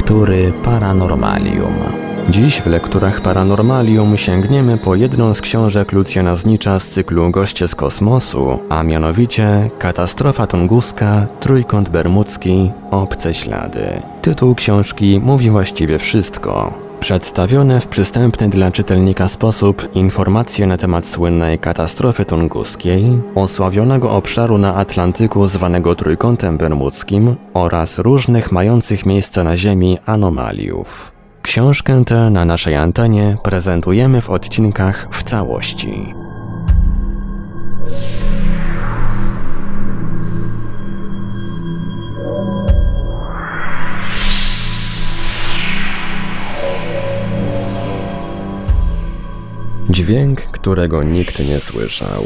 Lektury Paranormalium. Dziś w Lekturach Paranormalium sięgniemy po jedną z książek Lucjana Znicza z cyklu Goście z kosmosu, a mianowicie Katastrofa tunguska, Trójkąt Bermudzki, Obce ślady. Tytuł książki mówi właściwie wszystko. Przedstawione w przystępny dla czytelnika sposób informacje na temat słynnej katastrofy tunguskiej, osławionego obszaru na Atlantyku zwanego Trójkątem Bermudzkim oraz różnych mających miejsce na Ziemi anomaliów. Książkę tę na naszej antenie prezentujemy w odcinkach w całości. Dźwięk, którego nikt nie słyszał.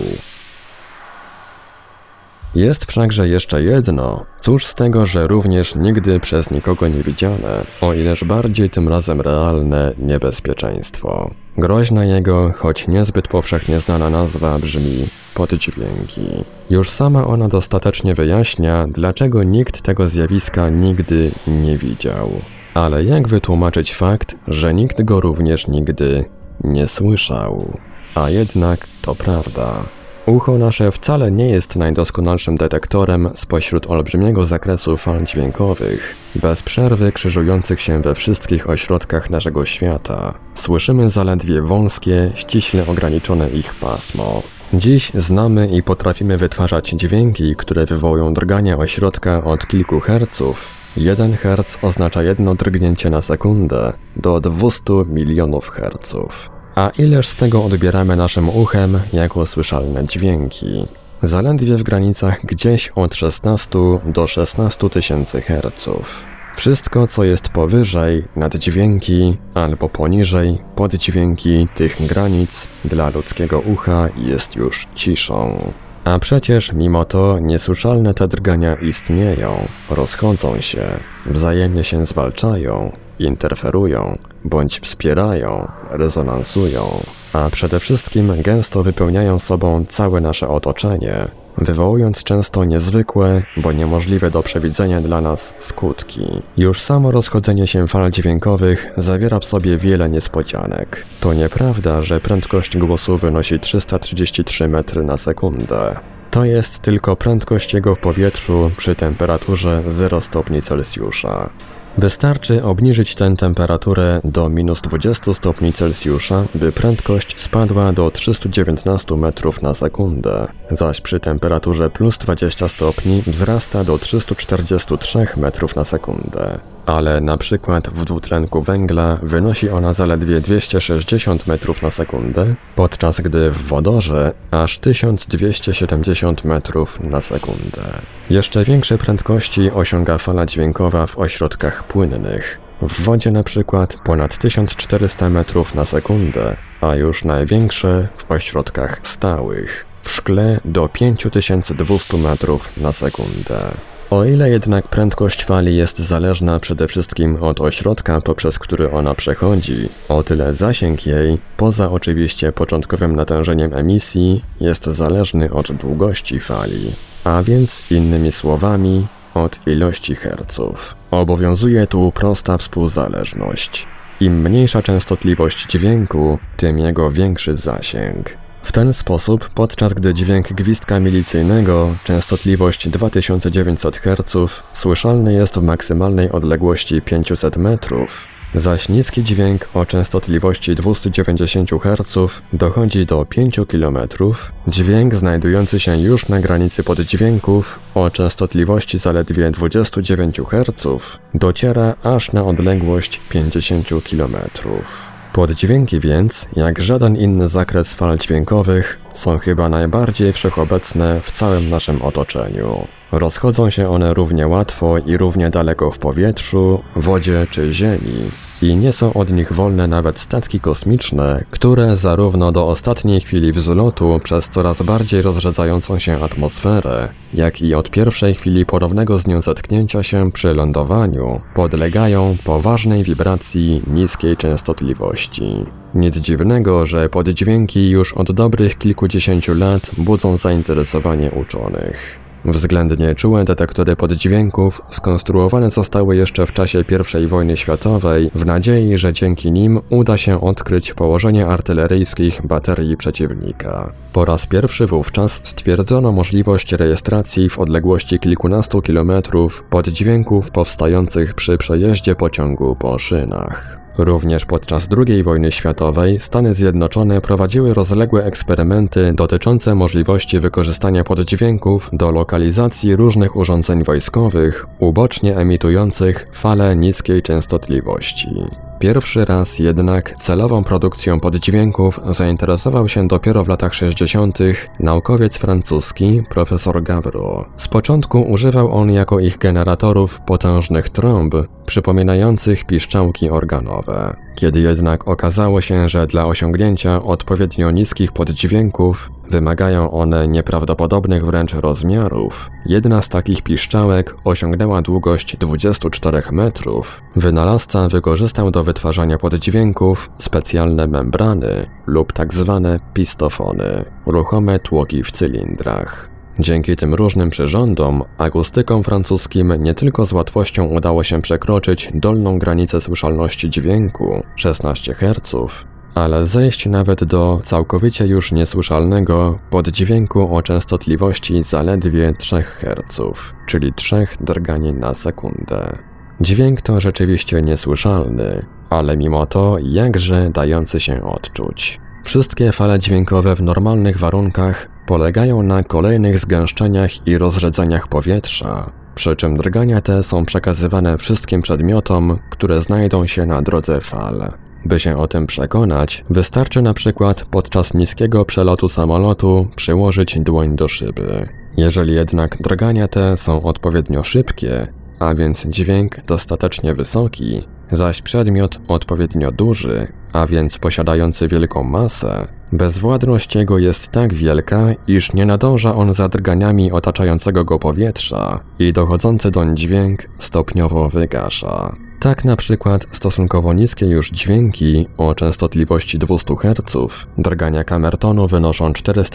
Jest wszakże jeszcze jedno, cóż z tego, że również nigdy przez nikogo nie widziane, o ileż bardziej tym razem realne niebezpieczeństwo. Groźna jego, choć niezbyt powszechnie znana nazwa brzmi poddźwięki. Już sama ona dostatecznie wyjaśnia, dlaczego nikt tego zjawiska nigdy nie widział. Ale jak wytłumaczyć fakt, że nikt go również nigdy nie słyszał? A jednak to prawda. Ucho nasze wcale nie jest najdoskonalszym detektorem spośród olbrzymiego zakresu fal dźwiękowych, bez przerwy krzyżujących się we wszystkich ośrodkach naszego świata. Słyszymy zaledwie wąskie, ściśle ograniczone ich pasmo. Dziś znamy i potrafimy wytwarzać dźwięki, które wywołują drgania ośrodka od kilku herców. 1 herc oznacza jedno drgnięcie na sekundę do 200 milionów herców. A ileż z tego odbieramy naszym uchem jako słyszalne dźwięki? Zaledwie w granicach gdzieś od 16 do 16 tysięcy herców. Wszystko, co jest powyżej, naddźwięki, albo poniżej, poddźwięki tych granic, dla ludzkiego ucha jest już ciszą. A przecież mimo to niesłyszalne te drgania istnieją, rozchodzą się, wzajemnie się zwalczają, interferują, bądź wspierają, rezonansują, a przede wszystkim gęsto wypełniają sobą całe nasze otoczenie, wywołując często niezwykłe, bo niemożliwe do przewidzenia dla nas skutki. Już samo rozchodzenie się fal dźwiękowych zawiera w sobie wiele niespodzianek. To nieprawda, że prędkość głosu wynosi 333 metry na sekundę. To jest tylko prędkość jego w powietrzu przy temperaturze 0 stopni Celsjusza. Wystarczy obniżyć tę temperaturę do minus 20 stopni Celsjusza, by prędkość spadła do 319 metrów na sekundę, zaś przy temperaturze plus 20 stopni wzrasta do 343 metrów na sekundę. Ale na przykład w dwutlenku węgla wynosi ona zaledwie 260 metrów na sekundę, podczas gdy w wodorze aż 1270 metrów na sekundę. Jeszcze większe prędkości osiąga fala dźwiękowa w ośrodkach płynnych. W wodzie na przykład ponad 1400 metrów na sekundę, a już największe w ośrodkach stałych. W szkle do 5200 metrów na sekundę. O ile jednak prędkość fali jest zależna przede wszystkim od ośrodka, poprzez który ona przechodzi, o tyle zasięg jej, poza oczywiście początkowym natężeniem emisji, jest zależny od długości fali, a więc innymi słowami od ilości herców. Obowiązuje tu prosta współzależność. Im mniejsza częstotliwość dźwięku, tym jego większy zasięg. W ten sposób, podczas gdy dźwięk gwizdka milicyjnego, częstotliwość 2900 Hz, słyszalny jest w maksymalnej odległości 500 metrów, zaś niski dźwięk o częstotliwości 290 Hz dochodzi do 5 km, dźwięk znajdujący się już na granicy poddźwięków o częstotliwości zaledwie 29 Hz dociera aż na odległość 50 km. Poddźwięki więc, jak żaden inny zakres fal dźwiękowych, są chyba najbardziej wszechobecne w całym naszym otoczeniu. Rozchodzą się one równie łatwo i równie daleko w powietrzu, wodzie czy ziemi. I nie są od nich wolne nawet statki kosmiczne, które zarówno do ostatniej chwili wzlotu przez coraz bardziej rozrzedzającą się atmosferę, jak i od pierwszej chwili ponownego z nią zetknięcia się przy lądowaniu, podlegają poważnej wibracji niskiej częstotliwości. Nic dziwnego, że poddźwięki już od dobrych kilkudziesięciu lat budzą zainteresowanie uczonych. Względnie czułe detektory poddźwięków skonstruowane zostały jeszcze w czasie I wojny światowej w nadziei, że dzięki nim uda się odkryć położenie artyleryjskich baterii przeciwnika. Po raz pierwszy wówczas stwierdzono możliwość rejestracji w odległości kilkunastu kilometrów poddźwięków powstających przy przejeździe pociągu po szynach. Również podczas II wojny światowej Stany Zjednoczone prowadziły rozległe eksperymenty dotyczące możliwości wykorzystania poddźwięków do lokalizacji różnych urządzeń wojskowych ubocznie emitujących fale niskiej częstotliwości. Pierwszy raz jednak celową produkcją poddźwięków zainteresował się dopiero w latach 60. naukowiec francuski profesor Gavreau. Z początku używał on jako ich generatorów potężnych trąb, przypominających piszczałki organowe. Kiedy jednak okazało się, że dla osiągnięcia odpowiednio niskich poddźwięków wymagają one nieprawdopodobnych wręcz rozmiarów, jedna z takich piszczałek osiągnęła długość 24 metrów, wynalazca wykorzystał do wytwarzania poddźwięków specjalne membrany lub tak zwane pistofony, ruchome tłoki w cylindrach. Dzięki tym różnym przyrządom, akustykom francuskim nie tylko z łatwością udało się przekroczyć dolną granicę słyszalności dźwięku 16 Hz, ale zejść nawet do całkowicie już niesłyszalnego poddźwięku o częstotliwości zaledwie 3 Hz, czyli 3 drgani na sekundę. Dźwięk to rzeczywiście niesłyszalny, ale mimo to jakże dający się odczuć. Wszystkie fale dźwiękowe w normalnych warunkach polegają na kolejnych zgęszczeniach i rozrzedzeniach powietrza, przy czym drgania te są przekazywane wszystkim przedmiotom, które znajdą się na drodze fal. By się o tym przekonać, wystarczy na przykład podczas niskiego przelotu samolotu przyłożyć dłoń do szyby. Jeżeli jednak drgania te są odpowiednio szybkie, a więc dźwięk dostatecznie wysoki, zaś przedmiot odpowiednio duży, a więc posiadający wielką masę, bezwładność jego jest tak wielka, iż nie nadąża on za drganiami otaczającego go powietrza i dochodzący doń dźwięk stopniowo wygasza. Tak na przykład stosunkowo niskie już dźwięki o częstotliwości 200 Hz, drgania kamertonu wynoszą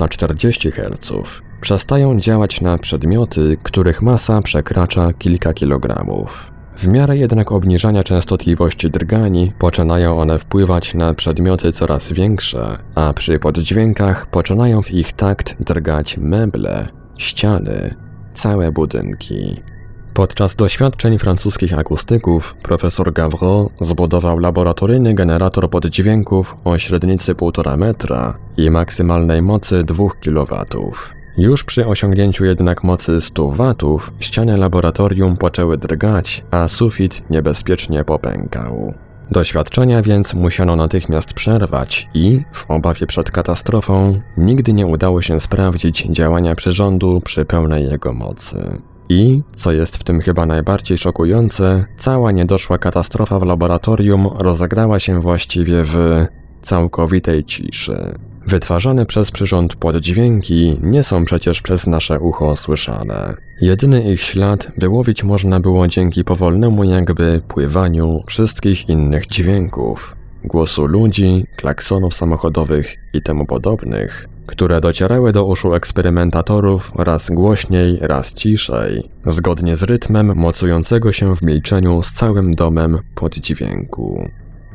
440 Hz, przestają działać na przedmioty, których masa przekracza kilka kilogramów. W miarę jednak obniżania częstotliwości drgani poczynają one wpływać na przedmioty coraz większe, a przy poddźwiękach poczynają w ich takt drgać meble, ściany, całe budynki. Podczas doświadczeń francuskich akustyków profesor Gavreau zbudował laboratoryjny generator poddźwięków o średnicy 1,5 metra i maksymalnej mocy 2 kW. Już przy osiągnięciu jednak mocy 100 W ściany laboratorium poczęły drgać, a sufit niebezpiecznie popękał. Doświadczenia więc musiano natychmiast przerwać i, w obawie przed katastrofą, nigdy nie udało się sprawdzić działania przyrządu przy pełnej jego mocy. I, co jest w tym chyba najbardziej szokujące, cała niedoszła katastrofa w laboratorium rozegrała się właściwie w całkowitej ciszy. Wytwarzane przez przyrząd poddźwięki nie są przecież przez nasze ucho słyszane. Jedyny ich ślad wyłowić można było dzięki powolnemu jakby pływaniu wszystkich innych dźwięków, głosu ludzi, klaksonów samochodowych i temu podobnych, które docierały do uszu eksperymentatorów raz głośniej, raz ciszej, zgodnie z rytmem mocującego się w milczeniu z całym domem poddźwięku.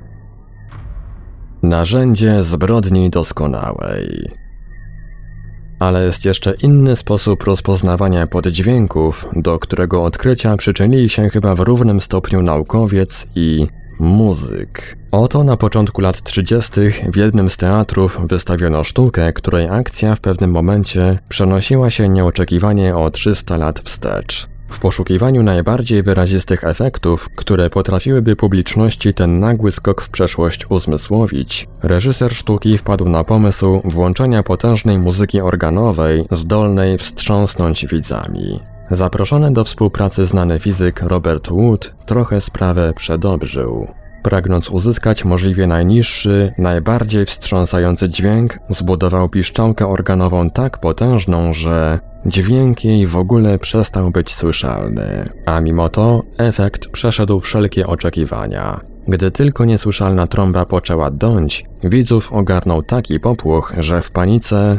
Narzędzie zbrodni doskonałej. Ale jest jeszcze inny sposób rozpoznawania poddźwięków, do którego odkrycia przyczynili się chyba w równym stopniu naukowiec i muzyk. Oto na początku lat 30. w jednym z teatrów wystawiono sztukę, której akcja w pewnym momencie przenosiła się nieoczekiwanie o 300 lat wstecz. W poszukiwaniu najbardziej wyrazistych efektów, które potrafiłyby publiczności ten nagły skok w przeszłość uzmysłowić, reżyser sztuki wpadł na pomysł włączenia potężnej muzyki organowej zdolnej wstrząsnąć widzami. Zaproszony do współpracy znany fizyk Robert Wood trochę sprawę przedobrzył. Pragnąc uzyskać możliwie najniższy, najbardziej wstrząsający dźwięk, zbudował piszczałkę organową tak potężną, że dźwięk jej w ogóle przestał być słyszalny. A mimo to efekt przeszedł wszelkie oczekiwania. Gdy tylko niesłyszalna trąba poczęła dąć, widzów ogarnął taki popłoch, że w panice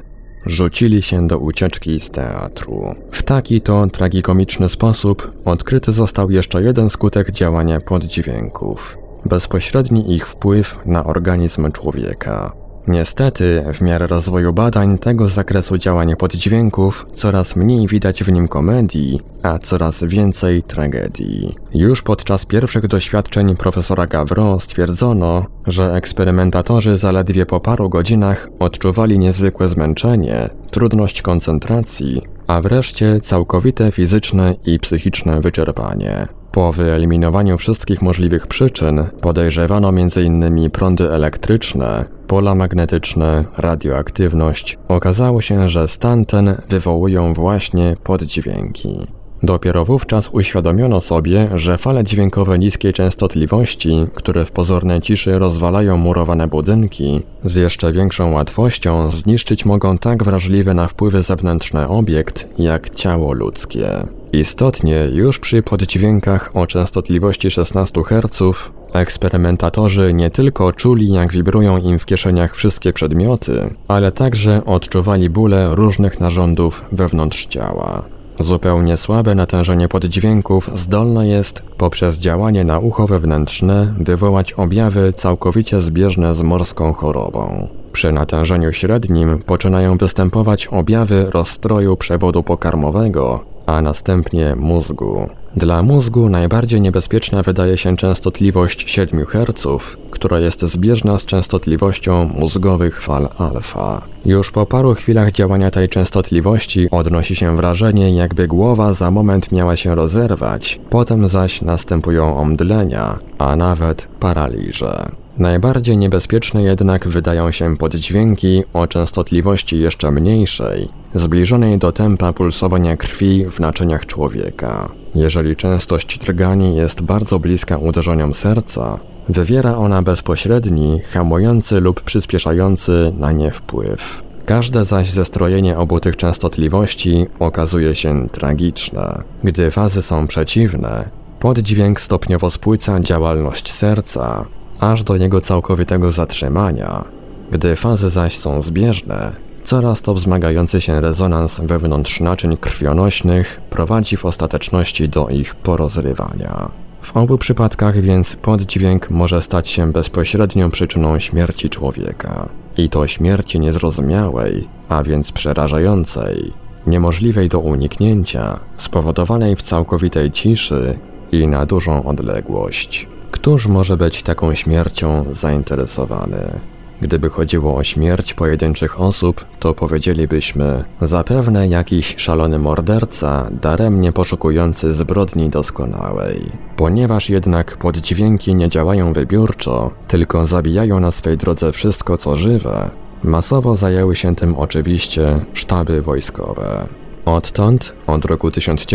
rzucili się do ucieczki z teatru. W taki to tragikomiczny sposób odkryty został jeszcze jeden skutek działania poddźwięków. Bezpośredni ich wpływ na organizm człowieka. Niestety, w miarę rozwoju badań tego zakresu działania poddźwięków coraz mniej widać w nim komedii, a coraz więcej tragedii. Już podczas pierwszych doświadczeń profesora Gavreau stwierdzono, że eksperymentatorzy zaledwie po paru godzinach odczuwali niezwykłe zmęczenie, trudność koncentracji, a wreszcie całkowite fizyczne i psychiczne wyczerpanie. Po wyeliminowaniu wszystkich możliwych przyczyn podejrzewano m.in. prądy elektryczne, pola magnetyczne, radioaktywność. Okazało się, że stan ten wywołują właśnie poddźwięki. Dopiero wówczas uświadomiono sobie, że fale dźwiękowe niskiej częstotliwości, które w pozornej ciszy rozwalają murowane budynki, z jeszcze większą łatwością zniszczyć mogą tak wrażliwy na wpływy zewnętrzne obiekt, jak ciało ludzkie. Istotnie, już przy poddźwiękach o częstotliwości 16 Hz eksperymentatorzy nie tylko czuli, jak wibrują im w kieszeniach wszystkie przedmioty, ale także odczuwali bóle różnych narządów wewnątrz ciała. Zupełnie słabe natężenie poddźwięków zdolne jest, poprzez działanie na ucho wewnętrzne, wywołać objawy całkowicie zbieżne z morską chorobą. Przy natężeniu średnim poczynają występować objawy rozstroju przewodu pokarmowego, a następnie mózgu. Dla mózgu najbardziej niebezpieczna wydaje się częstotliwość 7 Hz, która jest zbieżna z częstotliwością mózgowych fal alfa. Już po paru chwilach działania tej częstotliwości odnosi się wrażenie, jakby głowa za moment miała się rozerwać, potem zaś następują omdlenia, a nawet paraliże. Najbardziej niebezpieczne jednak wydają się poddźwięki o częstotliwości jeszcze mniejszej, zbliżonej do tempa pulsowania krwi w naczyniach człowieka. Jeżeli częstość drgani jest bardzo bliska uderzeniom serca, wywiera ona bezpośredni, hamujący lub przyspieszający na nie wpływ. Każde zaś zestrojenie obu tych częstotliwości okazuje się tragiczne. Gdy fazy są przeciwne, poddźwięk stopniowo spłyca działalność serca, aż do jego całkowitego zatrzymania. Gdy fazy zaś są zbieżne, coraz to wzmagający się rezonans wewnątrz naczyń krwionośnych prowadzi w ostateczności do ich porozrywania. W obu przypadkach więc poddźwięk może stać się bezpośrednią przyczyną śmierci człowieka. I to śmierci niezrozumiałej, a więc przerażającej, niemożliwej do uniknięcia, spowodowanej w całkowitej ciszy i na dużą odległość. Któż może być taką śmiercią zainteresowany? Gdyby chodziło o śmierć pojedynczych osób, to powiedzielibyśmy, zapewne jakiś szalony morderca, daremnie poszukujący zbrodni doskonałej. Ponieważ jednak poddźwięki nie działają wybiórczo, tylko zabijają na swej drodze wszystko co żywe, masowo zajęły się tym oczywiście sztaby wojskowe. Odtąd, od roku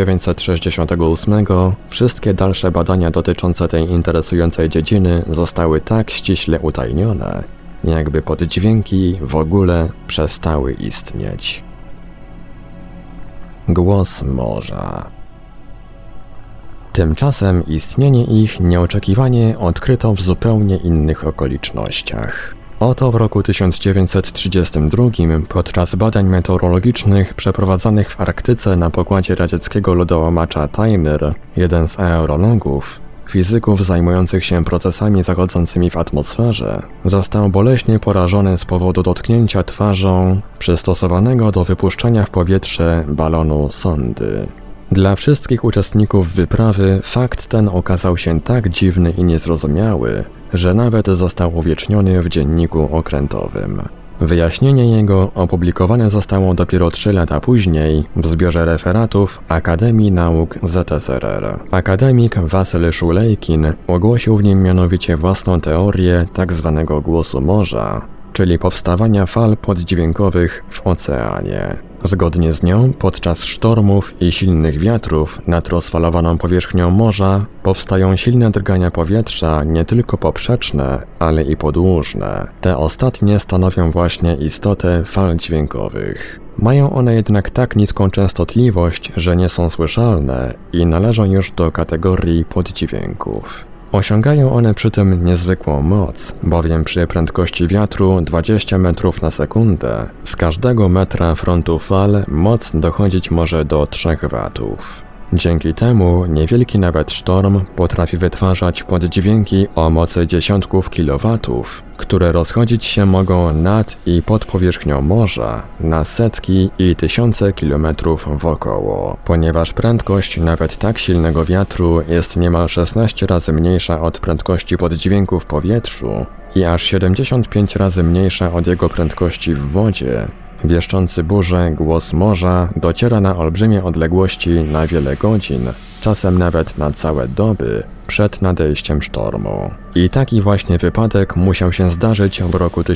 1968, wszystkie dalsze badania dotyczące tej interesującej dziedziny zostały tak ściśle utajnione, jakby poddźwięki w ogóle przestały istnieć. Głos morza. Tymczasem istnienie ich nieoczekiwanie odkryto w zupełnie innych okolicznościach. Oto w roku 1932 podczas badań meteorologicznych przeprowadzanych w Arktyce na pokładzie radzieckiego lodołamacza Taimyr, jeden z aerologów, fizyków zajmujących się procesami zachodzącymi w atmosferze, został boleśnie porażony z powodu dotknięcia twarzą przystosowanego do wypuszczania w powietrze balonu sondy. Dla wszystkich uczestników wyprawy fakt ten okazał się tak dziwny i niezrozumiały, że nawet został uwieczniony w dzienniku okrętowym. Wyjaśnienie jego opublikowane zostało dopiero 3 lata później w zbiorze referatów Akademii Nauk ZSRR. Akademik Wasyl Szulejkin ogłosił w nim mianowicie własną teorię tzw. głosu morza, czyli powstawania fal poddźwiękowych w oceanie. Zgodnie z nią, podczas sztormów i silnych wiatrów nad rozfalowaną powierzchnią morza powstają silne drgania powietrza nie tylko poprzeczne, ale i podłużne. Te ostatnie stanowią właśnie istotę fal dźwiękowych. Mają one jednak tak niską częstotliwość, że nie są słyszalne i należą już do kategorii poddźwięków. Osiągają one przy tym niezwykłą moc, bowiem przy prędkości wiatru 20 metrów na sekundę z każdego metra frontu fal moc dochodzić może do 3 watów. Dzięki temu niewielki nawet sztorm potrafi wytwarzać poddźwięki o mocy dziesiątków kilowatów, które rozchodzić się mogą nad i pod powierzchnią morza na setki i tysiące kilometrów wokoło, ponieważ prędkość nawet tak silnego wiatru jest niemal 16 razy mniejsza od prędkości poddźwięku w powietrzu i aż 75 razy mniejsza od jego prędkości w wodzie. Wieszczący burzę głos morza dociera na olbrzymie odległości na wiele godzin, czasem nawet na całe doby, przed nadejściem sztormu. I taki właśnie wypadek musiał się zdarzyć w roku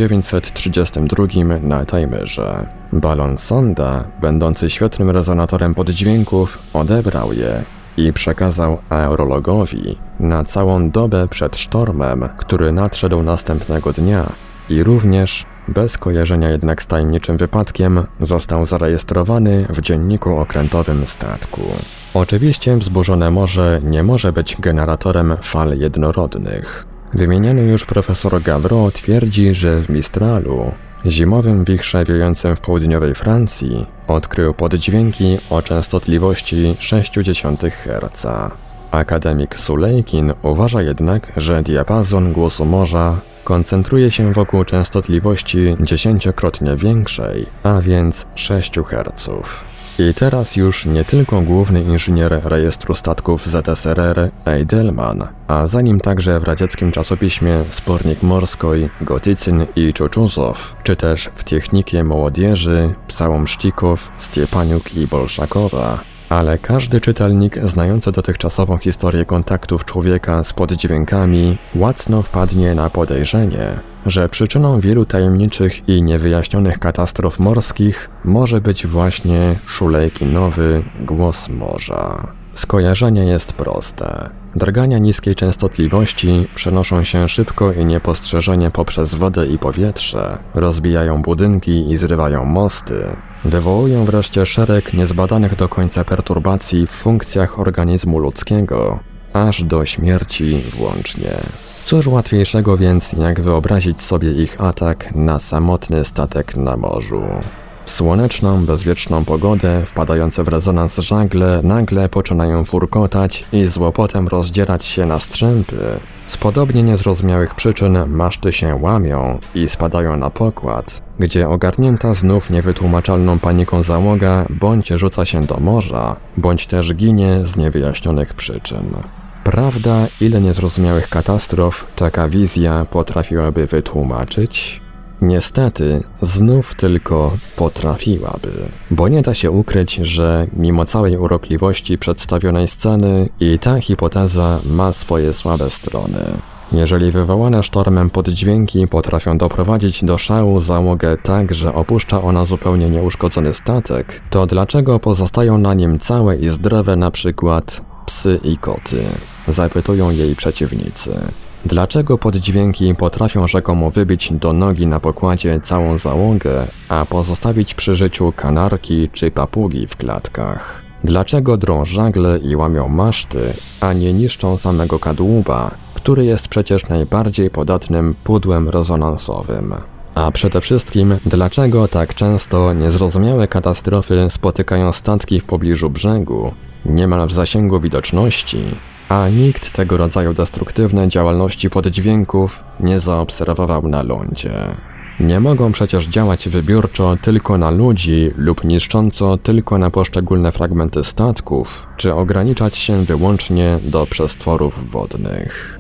1932 na Tajmyrze. Balon sonda, będący świetnym rezonatorem poddźwięków, odebrał je i przekazał aerologowi na całą dobę przed sztormem, który nadszedł następnego dnia i również, bez kojarzenia jednak z tajemniczym wypadkiem, został zarejestrowany w dzienniku okrętowym statku. Oczywiście wzburzone morze nie może być generatorem fal jednorodnych. Wymieniany już profesor Gavreau twierdzi, że w Mistralu, zimowym wichrze wiejącym w południowej Francji, odkrył poddźwięki o częstotliwości 0,6 Hz. Akademik Sulejkin uważa jednak, że diapazon głosu morza koncentruje się wokół częstotliwości 10-krotnie większej, a więc 6 Hz. I teraz już nie tylko główny inżynier rejestru statków ZSRR Eidelman, a za nim także w radzieckim czasopiśmie Spornik Morskoj, Gotycyn i Czuczuzow, czy też w Technikie Mołodieży, Psałomszczykow, Stiepaniuk i Bolszakowa, ale każdy czytelnik znający dotychczasową historię kontaktów człowieka z poddźwiękami łacno wpadnie na podejrzenie, że przyczyną wielu tajemniczych i niewyjaśnionych katastrof morskich może być właśnie szulejkinowy głos morza. Skojarzenie jest proste. Drgania niskiej częstotliwości przenoszą się szybko i niepostrzeżenie poprzez wodę i powietrze, rozbijają budynki i zrywają mosty, wywołują wreszcie szereg niezbadanych do końca perturbacji w funkcjach organizmu ludzkiego, aż do śmierci włącznie. Cóż łatwiejszego więc, jak wyobrazić sobie ich atak na samotny statek na morzu. W słoneczną, bezwieczną pogodę wpadające w rezonans żagle nagle poczynają furkotać i z łopotem rozdzierać się na strzępy. Z podobnie niezrozumiałych przyczyn maszty się łamią i spadają na pokład, gdzie ogarnięta znów niewytłumaczalną paniką załoga bądź rzuca się do morza, bądź też ginie z niewyjaśnionych przyczyn. Prawda, ile niezrozumiałych katastrof taka wizja potrafiłaby wytłumaczyć? Niestety, znów tylko potrafiłaby, bo nie da się ukryć, że mimo całej urokliwości przedstawionej sceny i ta hipoteza ma swoje słabe strony. Jeżeli wywołane sztormem poddźwięki potrafią doprowadzić do szału załogę tak, że opuszcza ona zupełnie nieuszkodzony statek, to dlaczego pozostają na nim całe i zdrowe na przykład psy i koty? Zapytują jej przeciwnicy. Dlaczego poddźwięki potrafią rzekomo wybić do nogi na pokładzie całą załogę, a pozostawić przy życiu kanarki czy papugi w klatkach? Dlaczego drą żagle i łamią maszty, a nie niszczą samego kadłuba, który jest przecież najbardziej podatnym pudłem rezonansowym? A przede wszystkim, dlaczego tak często niezrozumiałe katastrofy spotykają statki w pobliżu brzegu, niemal w zasięgu widoczności, a nikt tego rodzaju destruktywnej działalności poddźwięków nie zaobserwował na lądzie? Nie mogą przecież działać wybiórczo tylko na ludzi lub niszcząco tylko na poszczególne fragmenty statków, czy ograniczać się wyłącznie do przestworów wodnych.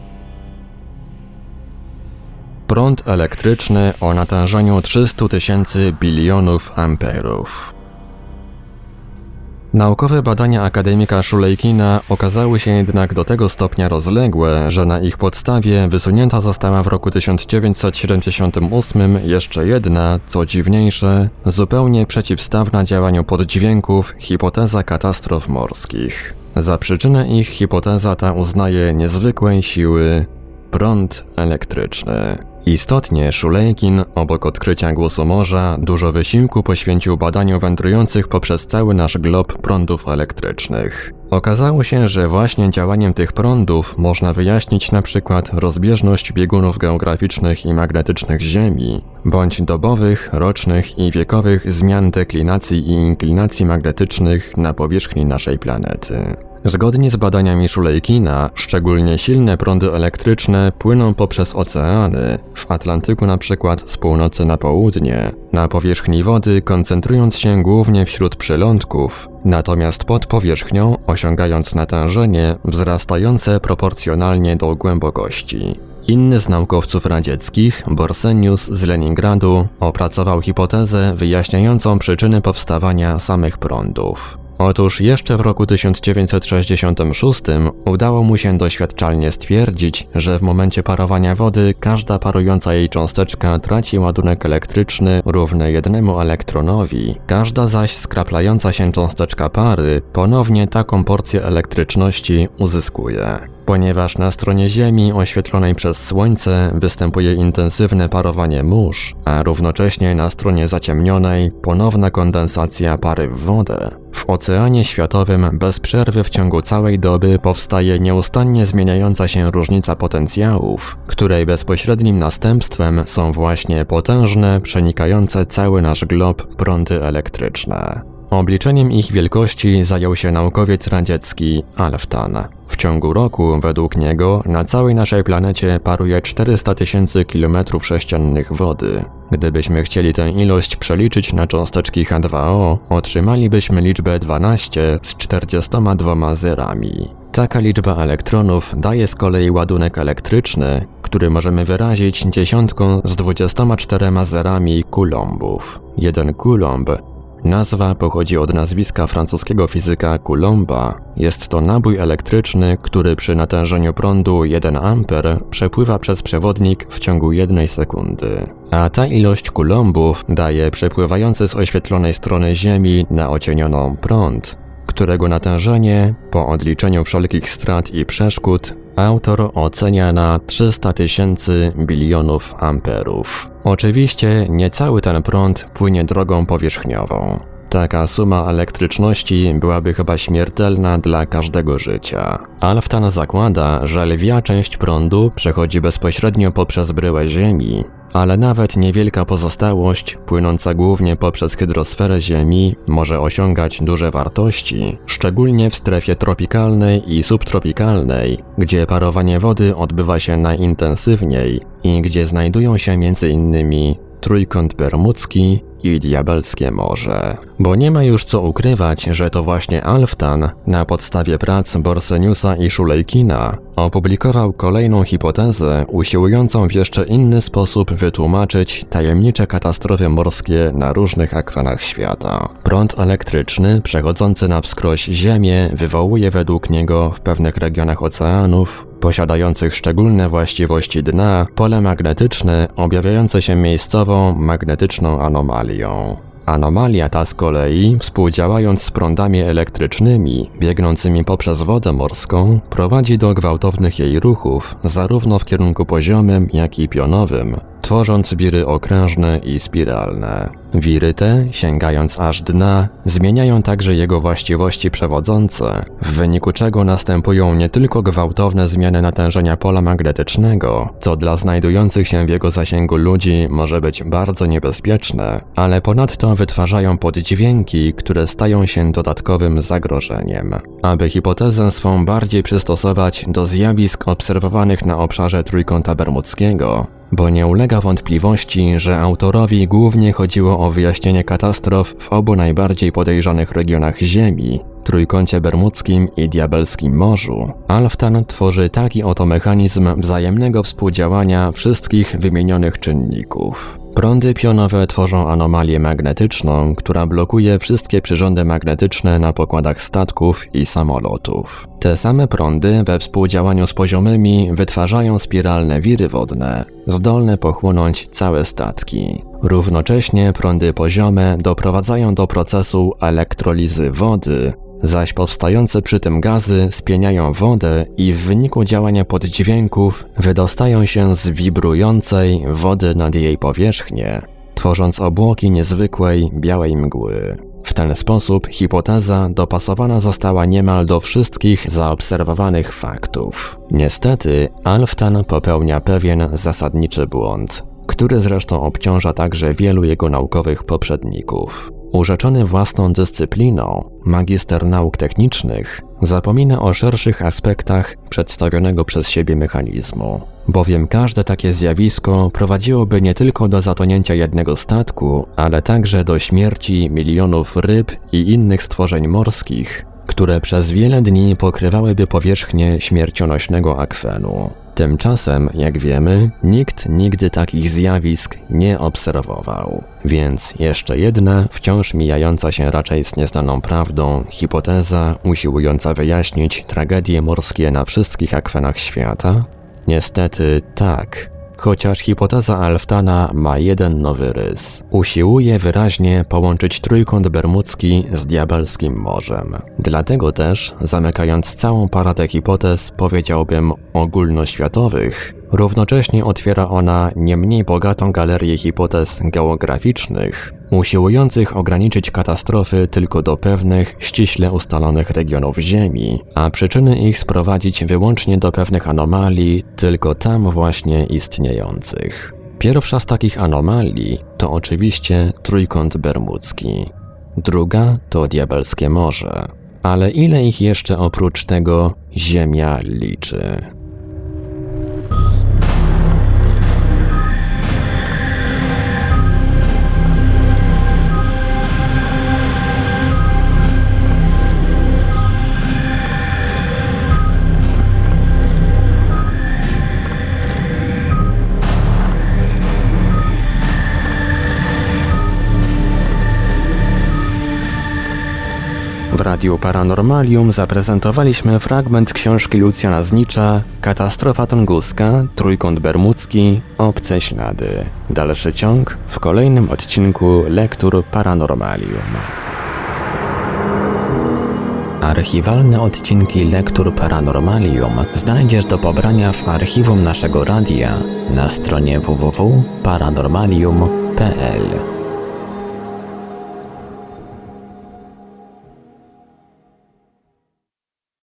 Prąd elektryczny o natężeniu 300 000 bilionów amperów. Naukowe badania akademika Szulejkina okazały się jednak do tego stopnia rozległe, że na ich podstawie wysunięta została w roku 1978 jeszcze jedna, co dziwniejsze, zupełnie przeciwstawna działaniu poddźwięków hipoteza katastrof morskich. Za przyczynę ich hipoteza ta uznaje niezwykłej siły prąd elektryczny. Istotnie Szulejkin, obok odkrycia głosu morza, dużo wysiłku poświęcił badaniu wędrujących poprzez cały nasz glob prądów elektrycznych. Okazało się, że właśnie działaniem tych prądów można wyjaśnić na przykład rozbieżność biegunów geograficznych i magnetycznych Ziemi, bądź dobowych, rocznych i wiekowych zmian deklinacji i inklinacji magnetycznych na powierzchni naszej planety. Zgodnie z badaniami Szulejkina, szczególnie silne prądy elektryczne płyną poprzez oceany, w Atlantyku na przykład z północy na południe, na powierzchni wody koncentrując się głównie wśród przylądków, natomiast pod powierzchnią osiągając natężenie wzrastające proporcjonalnie do głębokości. Inny z naukowców radzieckich, Borsenius z Leningradu, opracował hipotezę wyjaśniającą przyczyny powstawania samych prądów. Otóż jeszcze w roku 1966 udało mu się doświadczalnie stwierdzić, że w momencie parowania wody każda parująca jej cząsteczka traci ładunek elektryczny równy 1 elektronowi, każda zaś skraplająca się cząsteczka pary ponownie taką porcję elektryczności uzyskuje. Ponieważ na stronie Ziemi oświetlonej przez Słońce występuje intensywne parowanie mórz, a równocześnie na stronie zaciemnionej ponowna kondensacja pary w wodę, w oceanie światowym bez przerwy w ciągu całej doby powstaje nieustannie zmieniająca się różnica potencjałów, której bezpośrednim następstwem są właśnie potężne, przenikające cały nasz glob prądy elektryczne. Obliczeniem ich wielkości zajął się naukowiec radziecki Alftan. W ciągu roku, według niego, na całej naszej planecie paruje 400 000 km3 wody. Gdybyśmy chcieli tę ilość przeliczyć na cząsteczki H2O, otrzymalibyśmy liczbę 12 z 42 zerami. Taka liczba elektronów daje z kolei ładunek elektryczny, który możemy wyrazić dziesiątką z 24 zerami coulombów. 1 coulomb. Nazwa pochodzi od nazwiska francuskiego fizyka Coulomba. Jest to nabój elektryczny, który przy natężeniu prądu 1 A przepływa przez przewodnik w ciągu 1 sekundy. A ta ilość coulombów daje przepływający z oświetlonej strony Ziemi na ocienioną prąd, którego natężenie, po odliczeniu wszelkich strat i przeszkód, autor ocenia na 300 000 bilionów amperów. Oczywiście nie cały ten prąd płynie drogą powierzchniową. Taka suma elektryczności byłaby chyba śmiertelna dla każdego życia. Alftan zakłada, że lwia część prądu przechodzi bezpośrednio poprzez bryłę Ziemi, ale nawet niewielka pozostałość, płynąca głównie poprzez hydrosferę Ziemi, może osiągać duże wartości, szczególnie w strefie tropikalnej i subtropikalnej, gdzie parowanie wody odbywa się najintensywniej i gdzie znajdują się m.in. Trójkąt Bermudzki i Diabelskie Morze. Bo nie ma już co ukrywać, że to właśnie Alftan, na podstawie prac Borseniusa i Szulejkina, opublikował kolejną hipotezę usiłującą w jeszcze inny sposób wytłumaczyć tajemnicze katastrofy morskie na różnych akwenach świata. Prąd elektryczny przechodzący na wskroś Ziemię wywołuje według niego w pewnych regionach oceanów, posiadających szczególne właściwości dna, pole magnetyczne objawiające się miejscową magnetyczną anomalią. Anomalia ta z kolei, współdziałając z prądami elektrycznymi biegnącymi poprzez wodę morską, prowadzi do gwałtownych jej ruchów, zarówno w kierunku poziomym, jak i pionowym, tworząc wiry okrężne i spiralne. Wiry te, sięgając aż dna, zmieniają także jego właściwości przewodzące, w wyniku czego następują nie tylko gwałtowne zmiany natężenia pola magnetycznego, co dla znajdujących się w jego zasięgu ludzi może być bardzo niebezpieczne, ale ponadto wytwarzają poddźwięki, które stają się dodatkowym zagrożeniem. Aby hipotezę swą bardziej przystosować do zjawisk obserwowanych na obszarze Trójkąta Bermudzkiego, bo nie ulega wątpliwości, że autorowi głównie chodziło o wyjaśnienie katastrof w obu najbardziej podejrzanych regionach Ziemi, Trójkącie Bermudzkim i Diabelskim Morzu, Alftan tworzy taki oto mechanizm wzajemnego współdziałania wszystkich wymienionych czynników. Prądy pionowe tworzą anomalię magnetyczną, która blokuje wszystkie przyrządy magnetyczne na pokładach statków i samolotów. Te same prądy we współdziałaniu z poziomymi wytwarzają spiralne wiry wodne, zdolne pochłonąć całe statki. Równocześnie prądy poziome doprowadzają do procesu elektrolizy wody, zaś powstające przy tym gazy spieniają wodę i w wyniku działania poddźwięków wydostają się z wibrującej wody nad jej powierzchnię, tworząc obłoki niezwykłej, białej mgły. W ten sposób hipoteza dopasowana została niemal do wszystkich zaobserwowanych faktów. Niestety, Alftan popełnia pewien zasadniczy błąd, który zresztą obciąża także wielu jego naukowych poprzedników. Urzeczony własną dyscypliną, magister nauk technicznych, zapomina o szerszych aspektach przedstawionego przez siebie mechanizmu, bowiem każde takie zjawisko prowadziłoby nie tylko do zatonięcia jednego statku, ale także do śmierci milionów ryb i innych stworzeń morskich, które przez wiele dni pokrywałyby powierzchnię śmiercionośnego akwenu. Tymczasem, jak wiemy, nikt nigdy takich zjawisk nie obserwował. Więc jeszcze jedna, wciąż mijająca się raczej z nieznaną prawdą, hipoteza usiłująca wyjaśnić tragedie morskie na wszystkich akwenach świata? Niestety tak. Chociaż hipoteza Alftana ma jeden nowy rys. Usiłuje wyraźnie połączyć Trójkąt Bermudzki z Diabelskim Morzem. Dlatego też, zamykając całą paradę hipotez, powiedziałbym ogólnoświatowych, równocześnie otwiera ona nie mniej bogatą galerię hipotez geograficznych, usiłujących ograniczyć katastrofy tylko do pewnych, ściśle ustalonych regionów Ziemi, a przyczyny ich sprowadzić wyłącznie do pewnych anomalii, tylko tam właśnie istniejących. Pierwsza z takich anomalii to oczywiście Trójkąt Bermudzki. Druga to Diabelskie Morze. Ale ile ich jeszcze oprócz tego Ziemia liczy? W Radiu Paranormalium zaprezentowaliśmy fragment książki Lucjana Znicza Katastrofa tunguska, Trójkąt Bermudzki, Obce ślady. Dalszy ciąg w kolejnym odcinku Lektur Paranormalium. Archiwalne odcinki Lektur Paranormalium znajdziesz do pobrania w archiwum naszego radia na stronie www.paranormalium.pl.